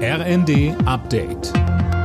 RND Update.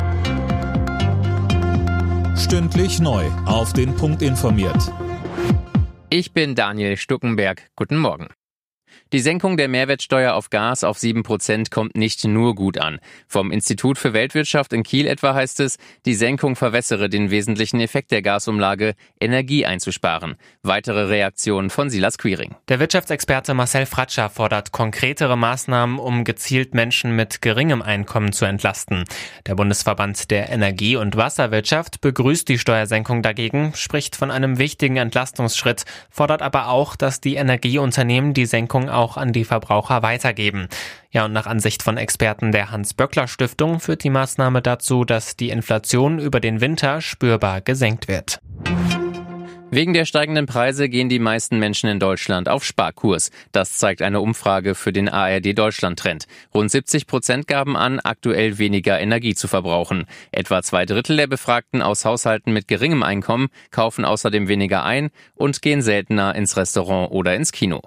Stündlich neu auf den Punkt informiert. Ich bin Daniel Stuckenberg. Guten Morgen. Die Senkung der Mehrwertsteuer auf Gas auf 7% kommt nicht nur gut an. Vom Institut für Weltwirtschaft in Kiel etwa heißt es, die Senkung verwässere den wesentlichen Effekt der Gasumlage, Energie einzusparen. Weitere Reaktionen von Silas Quiring. Der Wirtschaftsexperte Marcel Fratscher fordert konkretere Maßnahmen, um gezielt Menschen mit geringem Einkommen zu entlasten. Der Bundesverband der Energie- und Wasserwirtschaft begrüßt die Steuersenkung dagegen, spricht von einem wichtigen Entlastungsschritt, fordert aber auch, dass die Energieunternehmen die Senkung auch an die Verbraucher weitergeben. Ja, und nach Ansicht von Experten der Hans-Böckler-Stiftung führt die Maßnahme dazu, dass die Inflation über den Winter spürbar gesenkt wird. Wegen der steigenden Preise gehen die meisten Menschen in Deutschland auf Sparkurs. Das zeigt eine Umfrage für den ARD-Deutschland-Trend. Rund 70% gaben an, aktuell weniger Energie zu verbrauchen. Etwa 2/3 der Befragten aus Haushalten mit geringem Einkommen kaufen außerdem weniger ein und gehen seltener ins Restaurant oder ins Kino.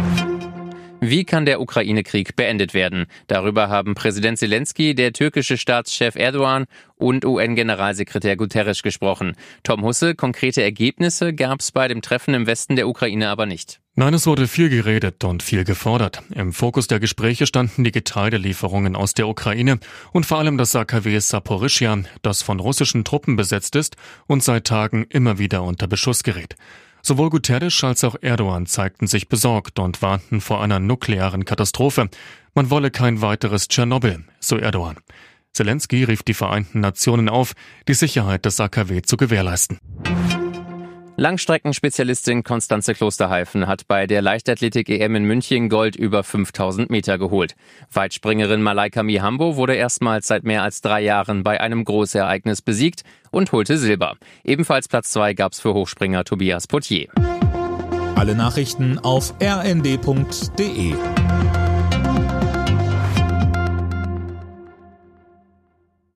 Wie kann der Ukraine-Krieg beendet werden? Darüber haben Präsident Zelensky, der türkische Staatschef Erdogan und UN-Generalsekretär Guterres gesprochen. Tom Husse, konkrete Ergebnisse gab es bei dem Treffen im Westen der Ukraine aber nicht. Nein, es wurde viel geredet und viel gefordert. Im Fokus der Gespräche standen die Getreidelieferungen aus der Ukraine und vor allem das AKW Saporischschja, das von russischen Truppen besetzt ist und seit Tagen immer wieder unter Beschuss gerät. Sowohl Guterres als auch Erdogan zeigten sich besorgt und warnten vor einer nuklearen Katastrophe. Man wolle kein weiteres Tschernobyl, so Erdogan. Zelensky rief die Vereinten Nationen auf, die Sicherheit des AKW zu gewährleisten. Langstreckenspezialistin Constanze Klosterhalfen hat bei der Leichtathletik-EM in München Gold über 5000 Meter geholt. Weitspringerin Malaika Mihambo wurde erstmals seit mehr als 3 Jahren bei einem Großereignis besiegt und holte Silber. Ebenfalls Platz 2 gab's für Hochspringer Tobias Potier. Alle Nachrichten auf rnd.de.